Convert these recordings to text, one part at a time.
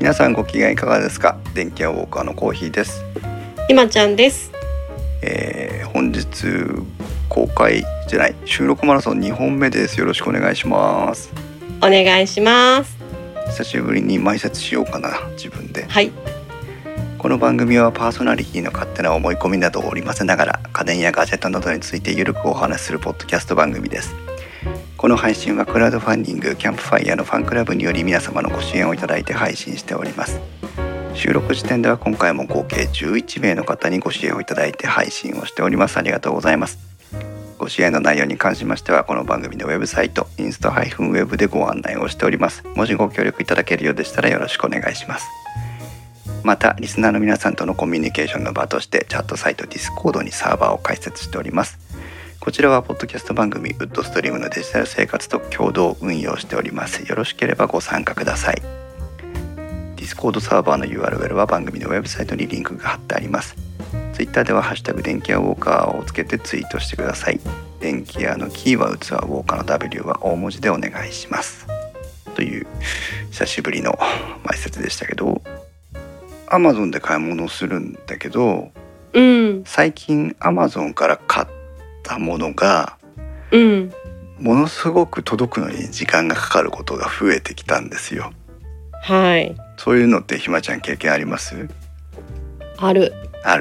皆さんご機嫌いかがですか？電気屋ウォーカーのコーヒーです。 ひまちゃんです。 本日収録マラソン2本目です。よろしくお願いします。 お願いします。 久しぶりに前説しようかな、自分で。 はい。 この番組はパーソナリティの勝手な思い込みなどを織り交ぜながら家電やガジェットなどについてゆるくお話しするポッドキャスト番組です。この配信はクラウドファンディングキャンプファイヤーのファンクラブにより皆様のご支援をいただいて配信しております。収録時点では今回も合計11名の方にご支援をいただいて配信をしております。ありがとうございます。ご支援の内容に関しましてはこの番組のウェブサイトインスタ-ウェブでご案内をしております。もしご協力いただけるようでしたらよろしくお願いします。またリスナーの皆さんとのコミュニケーションの場としてチャットサイト Discord にサーバーを開設しております。こちらはポッドキャスト番組ウッドストリームのデジタル生活と共同運用しております。よろしければご参加ください。Discord サーバーの URL は番組のウェブサイトにリンクが貼ってあります。Twitter ではハッシュタグ電気屋ウォーカーをつけてツイートしてください。電気屋のキーは器、ウォーカーの W は大文字でお願いします。という久しぶりの前説でしたけど、Amazon で買い物をするんだけど、最近 Amazon から買ったものが、ものすごく届くのに時間がかかることが増えてきたんですよ。 はい。 そういうのってひまちゃん経験あります？ ある。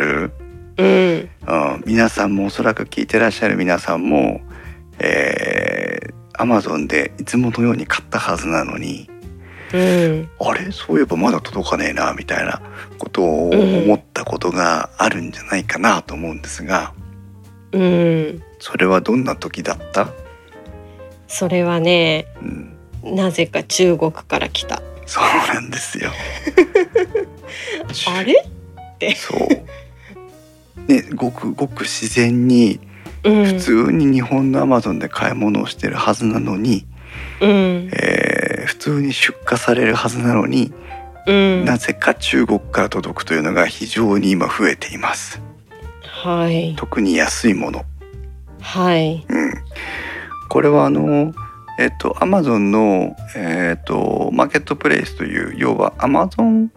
皆さんもおそらく聞いてらっしゃる皆さんも、Amazon でいつものように買ったはずなのに、あれそういえばまだ届かねえなみたいなことを思ったことがあるんじゃないかなと思うんですが、それはどんな時だった？ それはね、なぜか中国から来た。 そうなんですよ。 あれってそうね、ごくごく自然に普通に日本の Amazon で買い物をしてるはずなのに、普通に出荷されるはずなのに、なぜか中国から届くというのが非常に今増えています。 はい。 特に安いもの。 はい。 これはAmazon のマーケットプレイスという、要は Amazon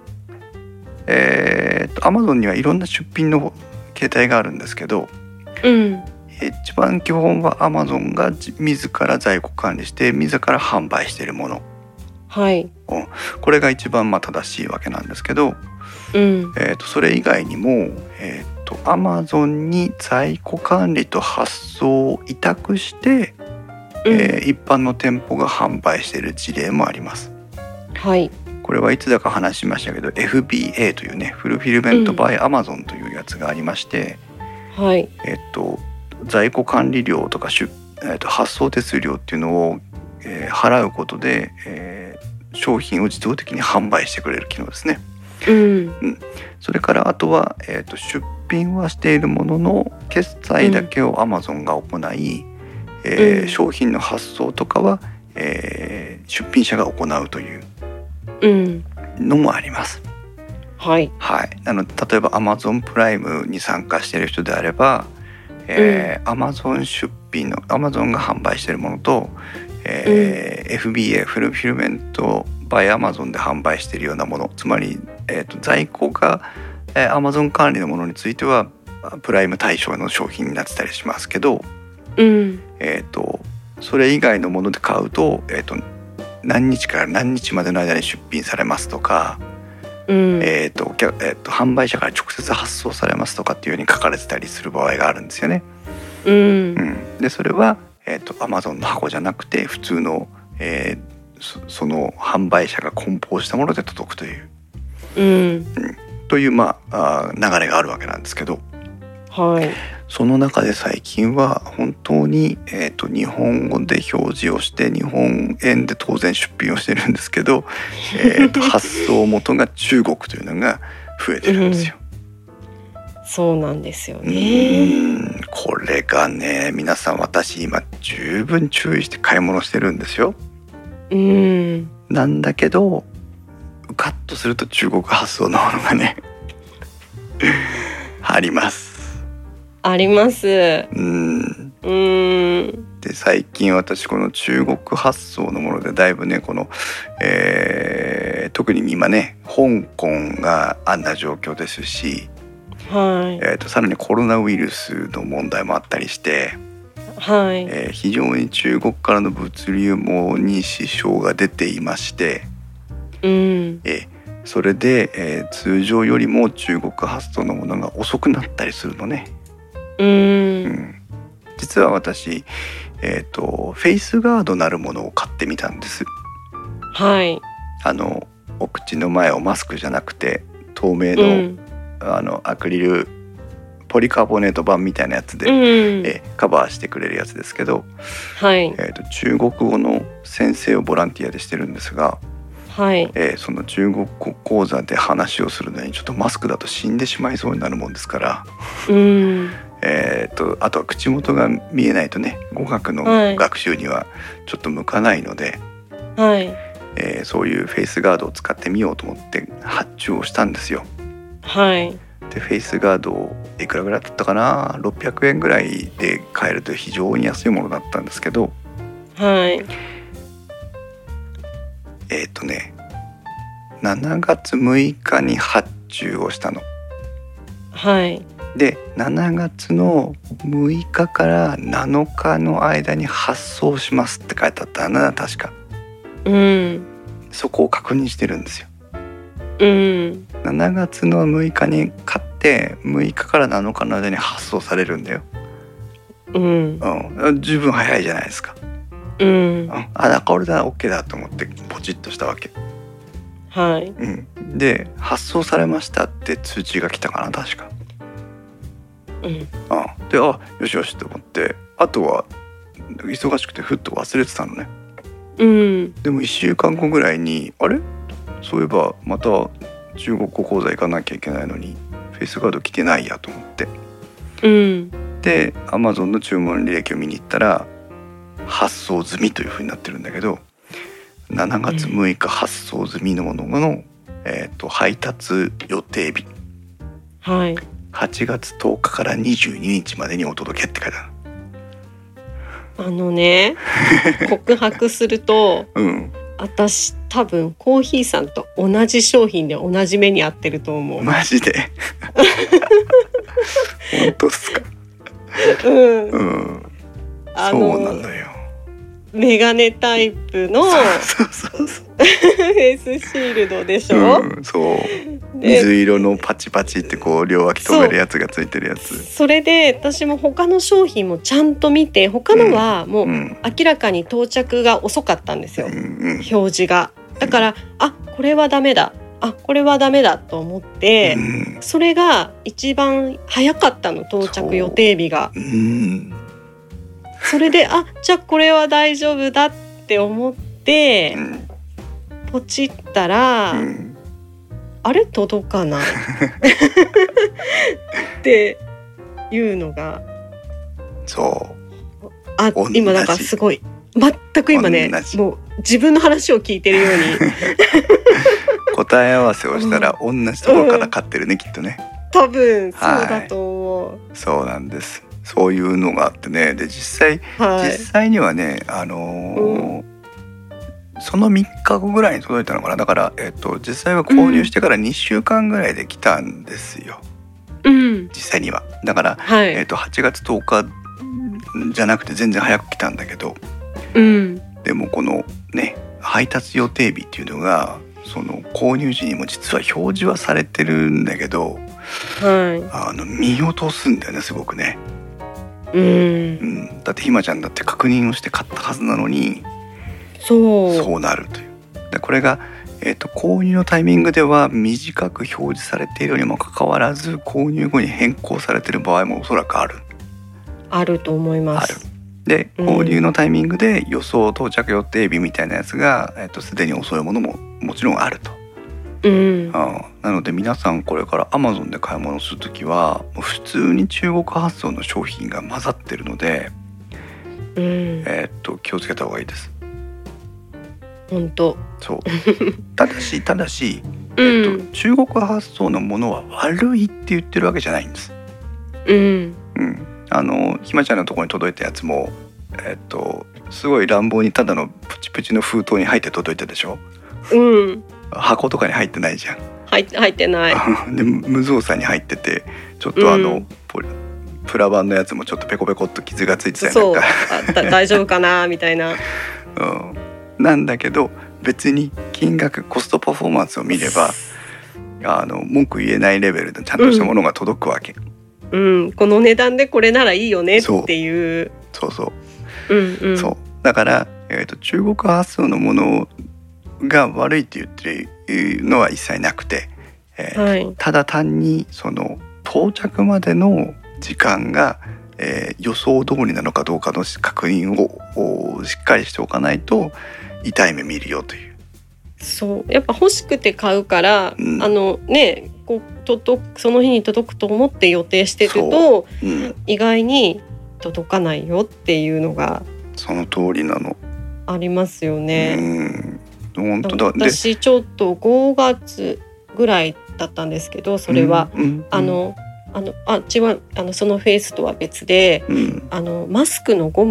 にはいろんな出品の形態があるんですけど、一番基本は Amazon が自ら在庫管理して自ら販売しているもの、これが一番正しいわけなんですけど、それ以外にも、Amazon に在庫管理と発送を委託して、一般の店舗が販売している事例もあります。これはいつだか話しましたけど FBA というね、フルフィルメントバイ Amazon というやつがありまして、在庫管理料とか発送手数料っていうのを、払うことで、商品を自動的に販売してくれる機能ですね。それからあとは、出品はしているものの決済だけを Amazon が行い、商品の発送とかは、出品者が行うというのもあります。例えば Amazon プライムに参加している人であれば、Amazon 出品の Amazon が販売しているものと、FBA フルフィルメントバイ Amazon で販売しているようなもの、つまり、在庫が、Amazon 管理のものについてはプライム対象の商品になってたりしますけど、それ以外のもので買うと、何日から何日までの間に出品されますとか、販売者から直接発送されますとかっていう風に書かれてたりする場合があるんですよね。でそれは、Amazon の箱じゃなくて普通の、その販売者が梱包したもので届くという、という、流れがあるわけなんですけど、その中で最近は本当に、日本語で表示をして日本円で当然出品をしてるんですけど、発送元が中国というのが増えてるんですよ。 そうなんですよね。 これがね、皆さん私今十分注意して買い物してるんですよ。なんだけどカットすると中国発送のものがねあります。 あります。 で最近私この中国発送のものでだいぶねこの、特に今ね香港があんな状況ですし、 はい、 さらにコロナウイルスの問題もあったりして、 はい、 非常に中国からの物流網に支障が出ていまして、 うん、 それで、通常よりも中国発送のものが遅くなったりするのね。実は私、フェイスガードなるものを買ってみたんです。 はい。 お口の前をマスクじゃなくて透明の、アクリルポリカーボネート板みたいなやつで、カバーしてくれるやつですけど、 はい、 中国語の先生をボランティアでしてるんですが、 はい、 その中国語講座で話をするのにちょっとマスクだと死んでしまいそうになるもんですから、あとは口元が見えないとね語学の学習にはちょっと向かないので、 はい、 そういうフェイスガードを使ってみようと思って発注をしたんですよ。 はい。 でフェイスガードいくらぐらいだったかな、600円ぐらいで買えると非常に安いものだったんですけど、 はい。 7月6日に発注をしたの。 はい。 で7月の6日から7日の間に発送しますって書いてあったな、確か。そこを確認してるんですよ。7月の6日に買って6日から7日の間に発送されるんだよ。十分早いじゃないですか。だから俺だ OK だと思ってポチッとしたわけ。 はい。 で発送されましたって通知が来たかな、確か。でよしよしと思って、あとは忙しくてふっと忘れてたのね。でも1週間後ぐらいにあれそういえばまた中国語講座行かなきゃいけないのにフェイスガード来てないやと思って、で Amazon の注文履歴を見に行ったら発送済みという風になってるんだけど、7月6日発送済みのものの、配達予定日、8月10日から22日までにお届けって書いてある。 告白すると、私多分コーヒーさんと同じ商品で同じ目に遭ってると思う。 マジで本当っすか。そうなのよ。 メガネタイプのフェイスシールドでしょ。 そう水色のパチパチってこう両脇止めるやつがついてるやつ。 それで私も他の商品もちゃんと見て、他のはもう明らかに到着が遅かったんですよ、表示が。だからこれはダメだ、これはダメだと思って、それが一番早かったの、到着予定日が。それでじゃあこれは大丈夫だって思って、ポチったら、あれ届かないっていうのが、今なんかすごい全く今ね、もう自分の話を聞いてるように答え合わせをしたら同じところから買ってるね、きっとね。 多分そうだと思う。 そうなんです。そういうのがあってね。で実際にはね、その3日後ぐらいに届いたのかな。だから、実際は購入してから2週間ぐらいで来たんですよ、実際には。だから、8月10日じゃなくて全然早く来たんだけど、でもこのね配達予定日っていうのがその購入時にも実は表示はされてるんだけど、見落とすんだよね、すごくね。だってひまちゃんだって確認をして買ったはずなのにそうなるという。でこれが、購入のタイミングでは短く表示されているにもかかわらず購入後に変更されている場合もおそらくあると思います。 で購入のタイミングで予想到着予定日みたいなやつがすでに遅いものももちろんあると。なので皆さんこれから Amazon で買い物するときはもう普通に中国発送の商品が混ざってるので、気をつけた方がいいです。 本当。 そうただし、中国発送のものは悪いって言ってるわけじゃないんです。ひまちゃんのところに届いたやつもすごい乱暴にただのプチプチの封筒に入って届いたでしょ。箱とかに入ってないじゃん。 入ってないで無造作に入ってて、ちょっとプラ板のやつもちょっとペコペコっと傷がついてたりなんか大丈夫かなみたいな、 なんだけど別に金額コストパフォーマンスを見れば文句言えないレベルでちゃんとしたものが届くわけ、 この値段でこれならいいよねっていう。 そうだから、中国発送のものが悪いって言ってるのは一切なくて、ただ単にその到着までの時間が、予想通りなのかどうかの確認をしっかりしておかないと痛い目見るよという。 そうやっぱ欲しくて買うから、その日に届くと思って予定してると、意外に届かないよっていうのがその通りなのありますよね。 本当だ。 私ちょっと5月ぐらいだったんですけど、それは、違うそのフェイスとは別で、マスクゴ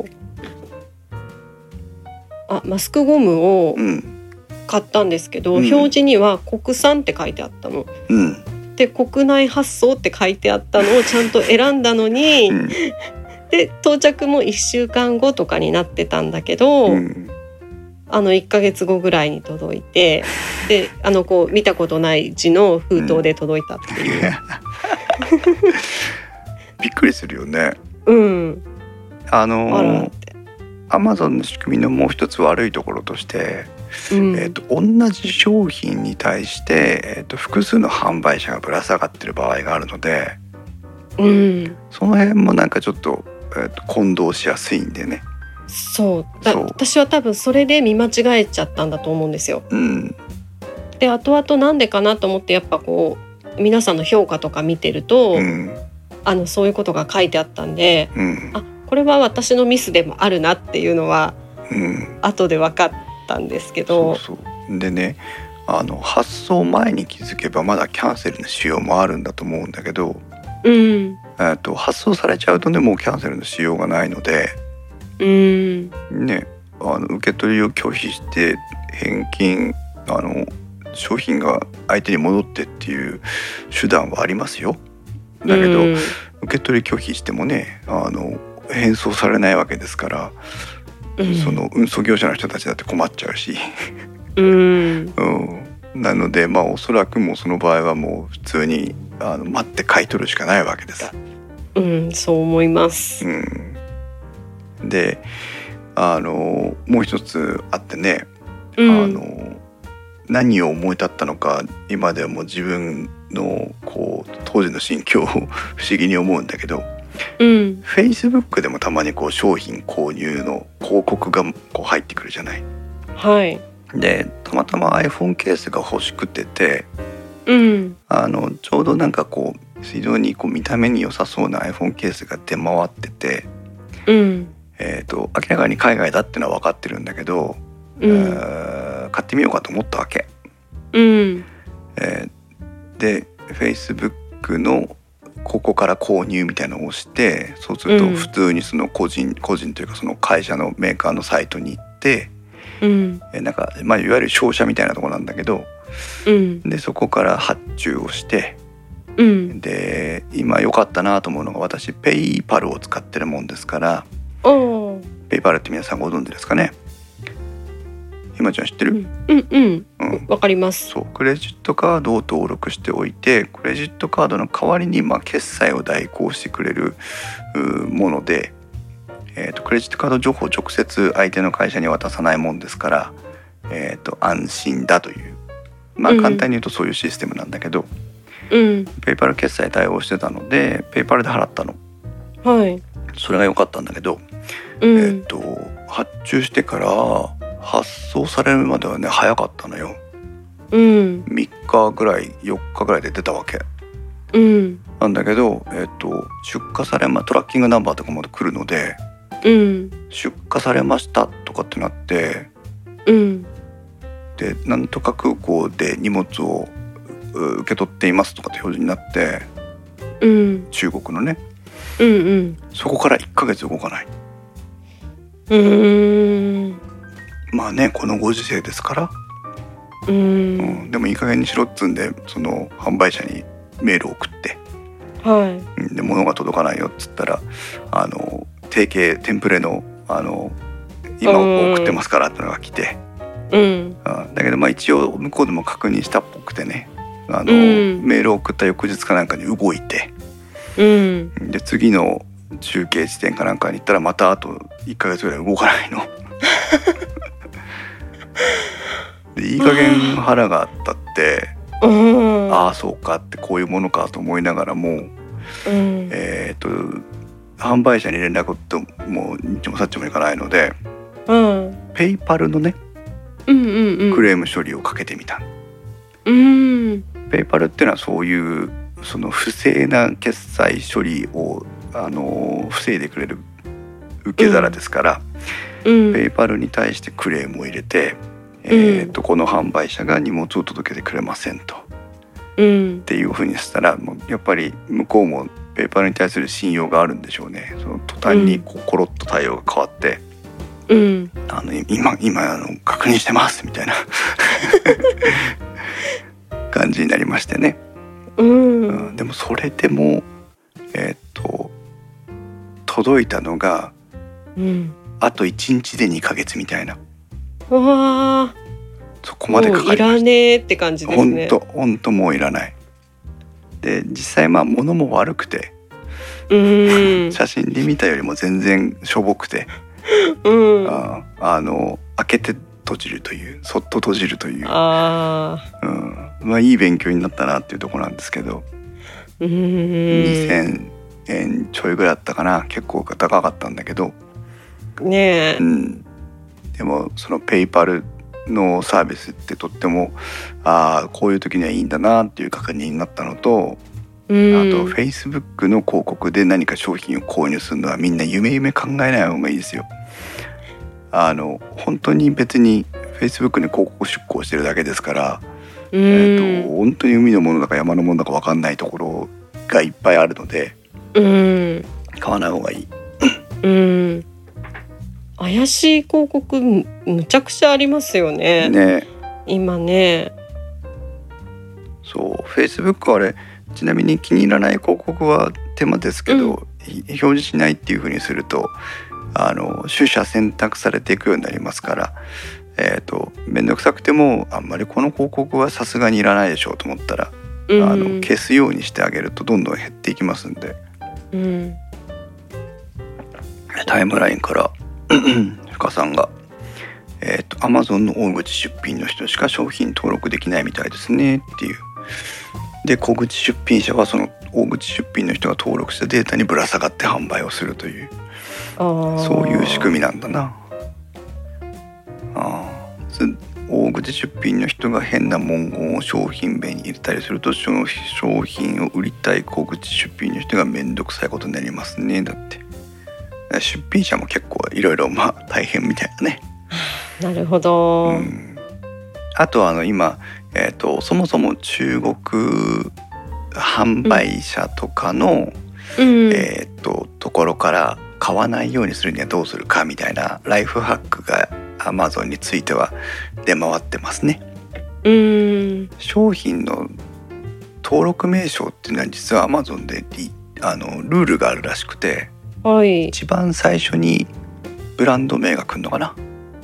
ムを買ったんですけど、表示には国産って書いてあったの、で国内発送って書いてあったのをちゃんと選んだのに、で到着も1週間後とかになってたんだけど、1ヶ月後ぐらいに届いて、でこう見たことない字の封筒で届いたっていう、 びっくりするよね。Amazon の仕組みのもう一つ悪いところとして、同じ商品に対して、複数の販売者がぶら下がってる場合があるので、その辺もなんかちょっと、混同しやすいんでね。私は多分それで見間違えちゃったんだと思うんですよ。で後々なんでかなと思って、やっぱこう皆さんの評価とか見てると、そういうことが書いてあったんで、これは私のミスでもあるなっていうのは、後で分かったんですけど、 でね、発送前に気づけばまだキャンセルの仕様もあるんだと思うんだけど、発送されちゃうとね、もうキャンセルのしようがないので、受け取りを拒否して返金、商品が相手に戻ってっていう手段はありますよ。だけど、受け取り拒否してもね、返送されないわけですから、その運送業者の人たちだって困っちゃうし、なのでおそらくもうその場合はもう普通に待って買い取るしかないわけです。 そう思います。 でもう一つあってね、何を思い立ったのか今ではもう自分のこう当時の心境を不思議に思うんだけど、Facebook でもたまにこう商品購入の広告がこう入ってくるじゃない。でたまたま iPhone ケースが欲しくて、ちょうどなんかこう非常にこう見た目に良さそうな iPhone ケースが出回ってて、明らかに海外だってのは分かってるんだけど、買ってみようかと思ったわけ。で Facebook のここから購入みたいなのを押して、そうすると普通にその個人というかその会社のメーカーのサイトに行って、なんかいわゆる商社みたいなところなんだけど、でそこから発注をして、で今良かったなと思うのが、私ペイパルを使ってるもんですから、ペイパルって皆さんご存知ですかね。今ちゃん知ってる？ わかります。 そう、クレジットカードを登録しておいて、クレジットカードの代わりに決済を代行してくれるもので、クレジットカード情報を直接相手の会社に渡さないもんですから、安心だという、簡単に言うとそういうシステムなんだけど、ペイパル決済対応してたのでペイパルで払ったの。それが良かったんだけど、発注してから発送されるまではね早かったのよ。3日ぐらい4日ぐらいで出たわけ、なんだけど、出荷されトラッキングナンバーとかまで来るので、出荷されましたとかってなって、でなんとか空港で荷物を受け取っていますとかって表示になって、中国のね、そこから1ヶ月動かない。 まあねこのご時世ですから、でもいい加減にしろっつんでその販売者にメールを送って、で物が届かないよっつったら定型テンプレの今送ってますからってのが来て、だけどまあ一応向こうでも確認したっぽくてねメールを送った翌日かなんかに動いて、で次の中継地点かなんかに行ったらまたあと1ヶ月ぐらい動かないのでいい加減腹があったって、ああそうかってこういうものかと思いながらも、販売者に連絡ともうにちもさっちもいかないので、ペイパルのね、クレーム処理をかけてみた。ペイパルっていうのはそういうその不正な決済処理を防いでくれる受け皿ですから、ペイパルに対してクレームを入れて、この販売者が荷物を届けてくれませんと、っていうふうにしたらもうやっぱり向こうもペイパルに対する信用があるんでしょうね。その途端にコロッと対応が変わって、今確認してますみたいな感じになりましてね、でもそれでも届いたのが、あと1日で2ヶ月みたいな、そこまでかかりました。もういらねえって感じですね。ほんともういらない。で実際まあ物も悪くて、写真で見たよりも全然しょぼくて、開けて閉じるというそっと閉じるという、まあいい勉強になったなっていうところなんですけど、2000円ちょいぐらいだったかな。結構高かったんだけどねえ、でもそのペイパルのサービスってとってもこういう時にはいいんだなっていう確認になったのと、あと Facebook の広告で何か商品を購入するのはみんな夢考えない方がいいですよ。本当に別に Facebook に広告出稿してるだけですから、本当に海のものだか山のものだか分かんないところがいっぱいあるので、買わない方がいい。 怪しい広告むちゃくちゃありますよね。今ね。 そう Facebook はあれちなみに気に入らない広告は手間ですけど、表示しないっていう風にすると取捨選択されていくようになりますから、めんどくさくてもあんまりこの広告はさすがにいらないでしょうと思ったら、消すようにしてあげるとどんどん減っていきますんで、タイムラインから深さんがAmazon の大口出品の人しか商品登録できないみたいですねっていう。で小口出品者はその大口出品の人が登録したデータにぶら下がって販売をするという、そういう仕組みなんだな。大口出品の人が変な文言を商品名に入れたりするとその商品を売りたい小口出品の人がめんどくさいことになりますね。だって出品者も結構いろいろ大変みたいなね。 なるほど。 あと今、そもそも中国販売者とかの、ところから買わないようにするにはどうするかみたいなライフハックが Amazon については出回ってますね。商品の登録名称っていうのは実は Amazon でルールがあるらしくて、一番最初にブランド名が来るのかな。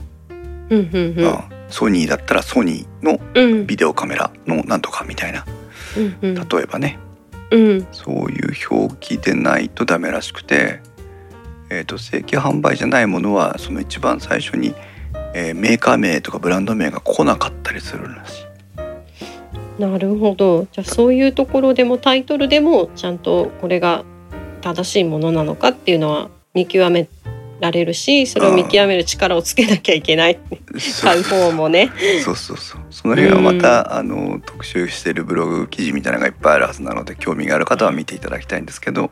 ソニーだったらソニーのビデオカメラのなんとかみたいな、例えばね、そういう表記でないとダメらしくて、正規販売じゃないものはその一番最初に、メーカー名とかブランド名が来なかったりするらしい。 なるほど。じゃあそういうところでもタイトルでもちゃんとこれが正しいものなのかっていうのは見極められるし、それを見極める力をつけなきゃいけない買う方もね。そうその辺はまた、特集してるブログ記事みたいなのがいっぱいあるはずなので興味がある方は見ていただきたいんですけど、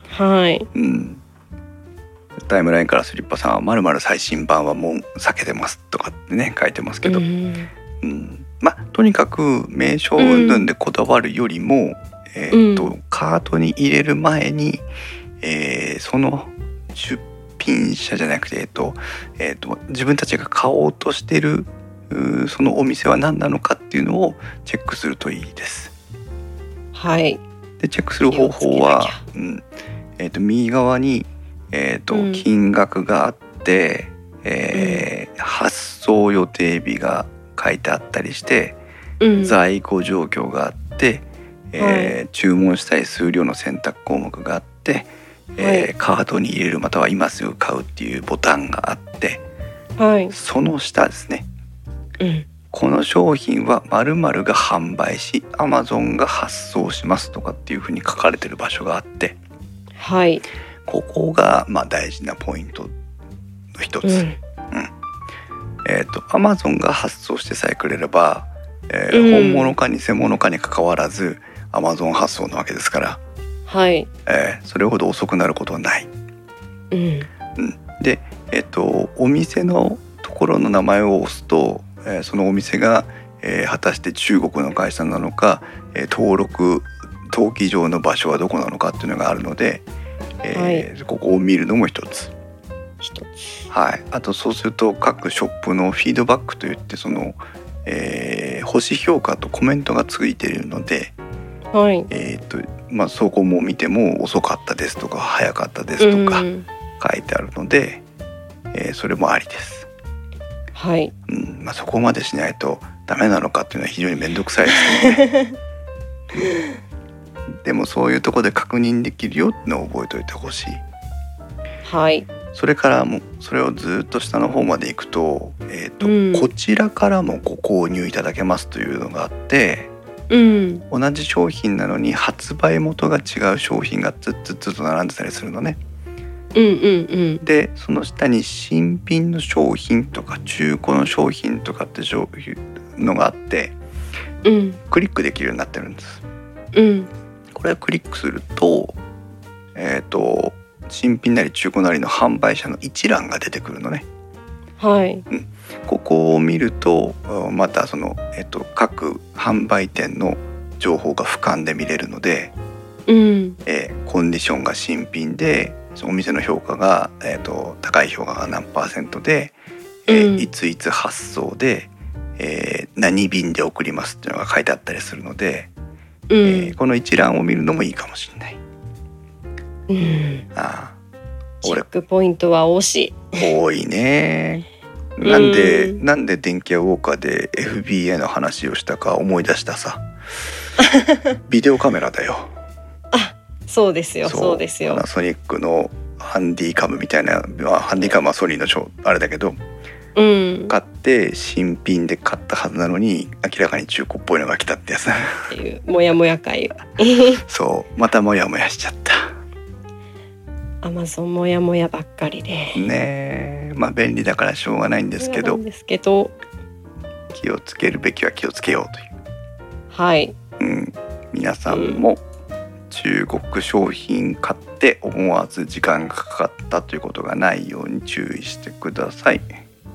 タイムラインからスリッパさんは〇〇最新版はもう避けてますとかってね書いてますけど、とにかく名称云々でこだわるよりも、カートに入れる前に、その出品者じゃなくて、自分たちが買おうとしてるそのお店は何なのかっていうのをチェックするといいです。 はい。 でチェックする方法は、右側に、金額があって、発送予定日が書いてあったりして、在庫状況があって、注文したい数量の選択項目があって、カートに入れるまたは今すぐ買うっていうボタンがあって、その下ですね、この商品は〇〇が販売し Amazon が発送しますとかっていうふうに書かれてる場所があって、ここが大事なポイントの一つ。Amazon が発送してさえくれれば、本物か偽物かにかかわらず Amazon 発送なわけですから、それほど遅くなることはない。で、お店のところの名前を押すと、そのお店が、果たして中国の会社なのか、登記上の場所はどこなのかっていうのがあるので、ここを見るのも一つ。あとそうすると各ショップのフィードバックといって、その、星評価とコメントがついているので、そこも見ても遅かったですとか早かったですとか書いてあるので、それもありです。そこまでしないとダメなのかっていうのは非常に面倒くさいですけどね。でもそういうところで確認できるよってのを覚えておいてほしい。それからもそれをずっと下の方まで行くと、こちらからもご購入いただけますというのがあって、同じ商品なのに発売元が違う商品がずっと並んでたりするのね。でその下に新品の商品とか中古の商品とかってのがあって、クリックできるようになってるんです。これをクリックすると、新品なり中古なりの販売者の一覧が出てくるのね。ここを見るとまたその、各販売店の情報が俯瞰で見れるので、コンディションが新品でお店の評価が、高い評価が何%で、いついつ発送で、何便で送りますっていうのが書いてあったりするので、この一覧を見るのもいいかもしれない。 チェックポイントは多いね。なんで電気屋ウォーカーで FBA の話をしたか思い出したさ。ビデオカメラだよ。 そうですよ。 パナソニックのハンディカムみたいな、ハンディカムはソニーのあれだけど、買って新品で買ったはずなのに明らかに中古っぽいのが来たってやつ。 っていうモヤモヤ会。 そうまたモヤモヤしちゃった。 Amazon モヤモヤばっかりでね。便利だからしょうがないんですけど、気をつけるべきは気をつけようという。皆さんも中国商品買って思わず時間がかかったということがないように注意してください。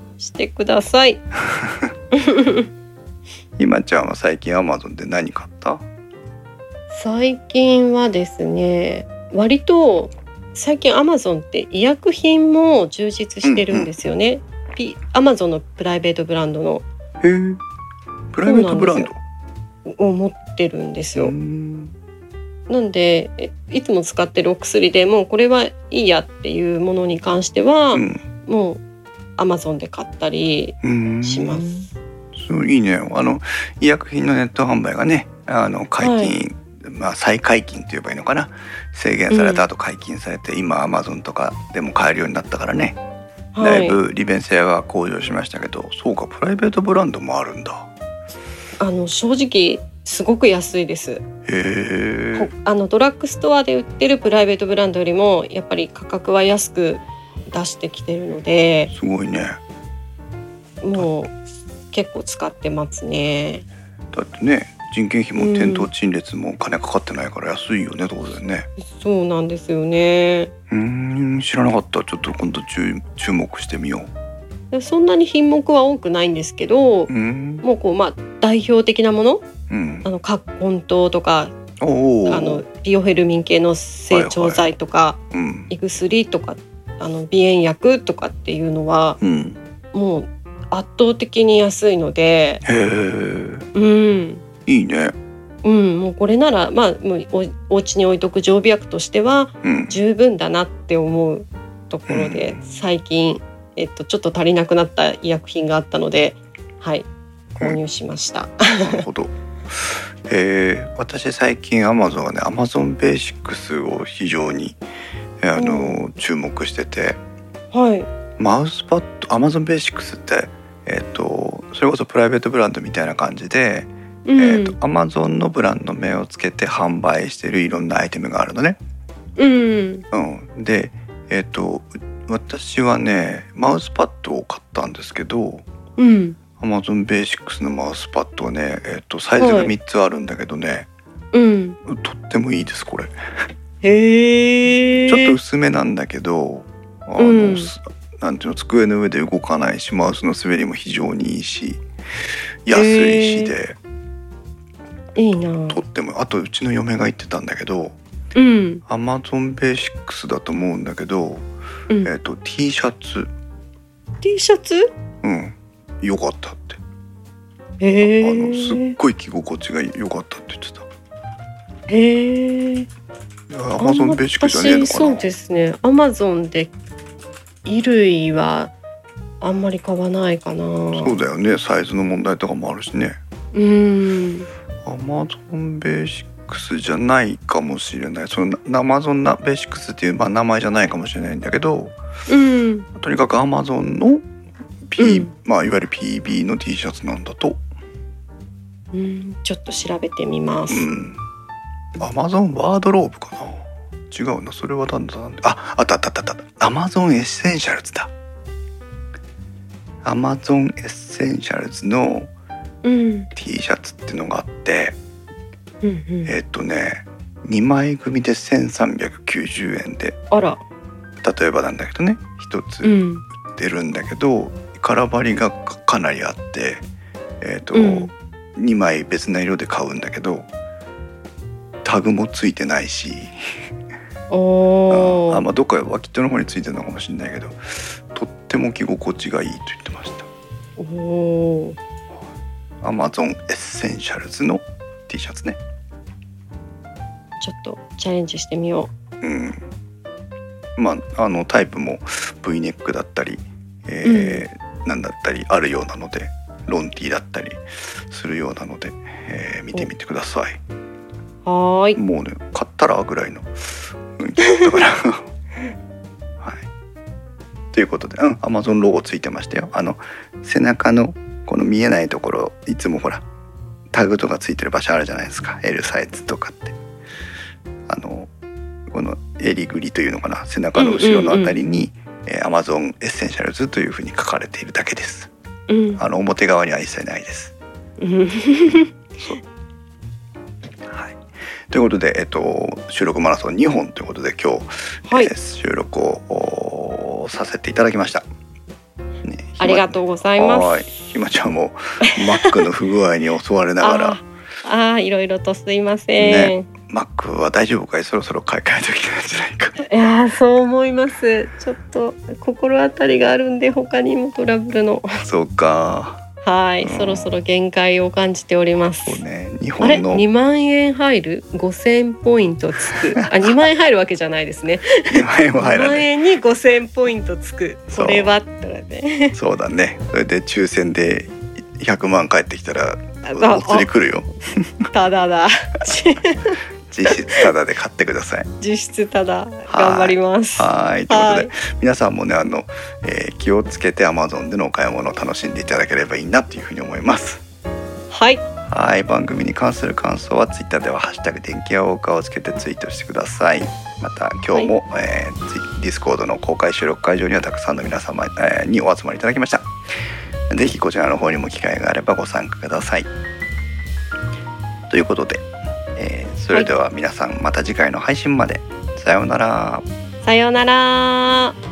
今ちゃんは最近 Amazon で何買った？ 最近はですね、割と最近 Amazon って医薬品も充実してるんですよね。Amazon のプライベートブランドの。 プライベートブランドを持ってるんですよ。なんでいつも使ってるお薬でもうこれはいいやっていうものに関しては、もう Amazon で買ったりします。 いいね。医薬品のネット販売がね、解禁、再解禁と言えばいいのかな、制限された後解禁されて、今 Amazon とかでも買えるようになったからね、だいぶ利便性は向上しましたけど、そうか、プライベートブランドもあるんだ。 正直すごく安いです。ドラッグストアで売ってるプライベートブランドよりもやっぱり価格は安く出してきてるので、 すごいね。 もう結構使ってますね。 だってね、人件費も店頭陳列も金かかってないから安いよね、当然ね。 そうなんですよね。 知らなかった。ちょっと今度注目してみよう。そんなに品目は多くないんですけど、もう代表的なもの、葛根湯とかビオフェルミン系の整腸剤とか、胃薬とか、 鼻炎薬とかっていうのは、もう圧倒的に安いので、 いいね。 もうこれならもうお家に置いとく常備薬としては十分だなって思うところで、最近ちょっと足りなくなった医薬品があったので、購入しました。 なるほど。私最近Amazonがね、Amazonベーシックスを非常に注目してて、マウスパッド Amazonベーシックスってそれこそプライベートブランドみたいな感じで、Amazon のブランド名をつけて販売しているいろんなアイテムがあるのね。で、私はねマウスパッドを買ったんですけど、Amazonベーシックスのマウスパッドはね、サイズが3つあるんだけどね、とってもいいですこれ。ちょっと薄めなんだけど、なんていうの、机の上で動かないし、マウスの滑りも非常にいいし、安いしで、 いいな。 とっても、あとうちの嫁が言ってたんだけど、Amazonベーシックスだと思うんだけど、T シャツ良かったって。すっごい着心地が良かったって言ってた。Amazonベーシックスじゃねえのかな。 そうですね。Amazonで衣類はあんまり買わないかな。 そうだよね。サイズの問題とかもあるしね。Amazonベーシックスじゃないかもしれない。そのAmazonベーシックスっていう、名前じゃないかもしれないんだけど、とにかくAmazonのいわゆる PB の T シャツなんだと。 ちょっと調べてみます。 Amazon ワードローブかな。違うな、それはなんだ。あった Amazon エッセンシャルズだ。Amazon エッセンシャルズの T シャツっていうのがあって、2枚組で1390円で、例えばなんだけどね、1つ売ってるんだけど、空張りがかなりあって、2枚別な色で買うんだけどタグもついてないしどっか脇っちょの方についてるのかもしれないけど、とっても着心地がいいと言ってました。Amazon エッセンシャルズの T シャツね。 ちょっとチャレンジしてみよう。タイプも V ネックだったり、なんだったりあるようなので、ロンティーだったりするようなので、見てみてください。もうね、買ったらぐらいの雰囲気だったからということで、Amazon ロゴついてましたよ。背中のこの見えないところ、いつもほらタグとかついてる場所あるじゃないですか。 L サイズとかって、この襟ぐりというのかな、背中の後ろのあたりに、Amazon エッセンシャルズというふうに書かれているだけです。表側には一切ないです。ということで、収録マラソン2本ということで今日、収録をさせていただきました。 ありがとうございます。 ひまちゃんもMac の不具合に襲われながらいろいろとすいません。 Mac は大丈夫かい？そろそろ買い替えときなんじゃないか。 いや、そう思います。ちょっと心当たりがあるんで、他にもトラブルの。 そうか。 そろそろ限界を感じております。 そうね、日本の 2万円入る5000ポイントつく。2万円入るわけじゃないですね。 2万円は入らない。 2万円に5000ポイントつく。それはったらね。 そうだね。それで抽選で100万返ってきたらお釣り来るよ。 ただだ。 実質タダで買ってください。 実質タダ、頑張ります。 ということで、皆さんもね、気をつけて Amazon でのお買い物を楽しんでいただければいいなというふうに思います。番組に関する感想は Twitter ではハッシュタグ電気屋ウォーカーをつけてツイートしてください。また今日も、Discord の公開収録会場にはたくさんの皆様、にお集まりいただきました。ぜひこちらの方にも機会があればご参加ください。ということで、それでは皆さん、また次回の配信まで。さようなら。 さようなら。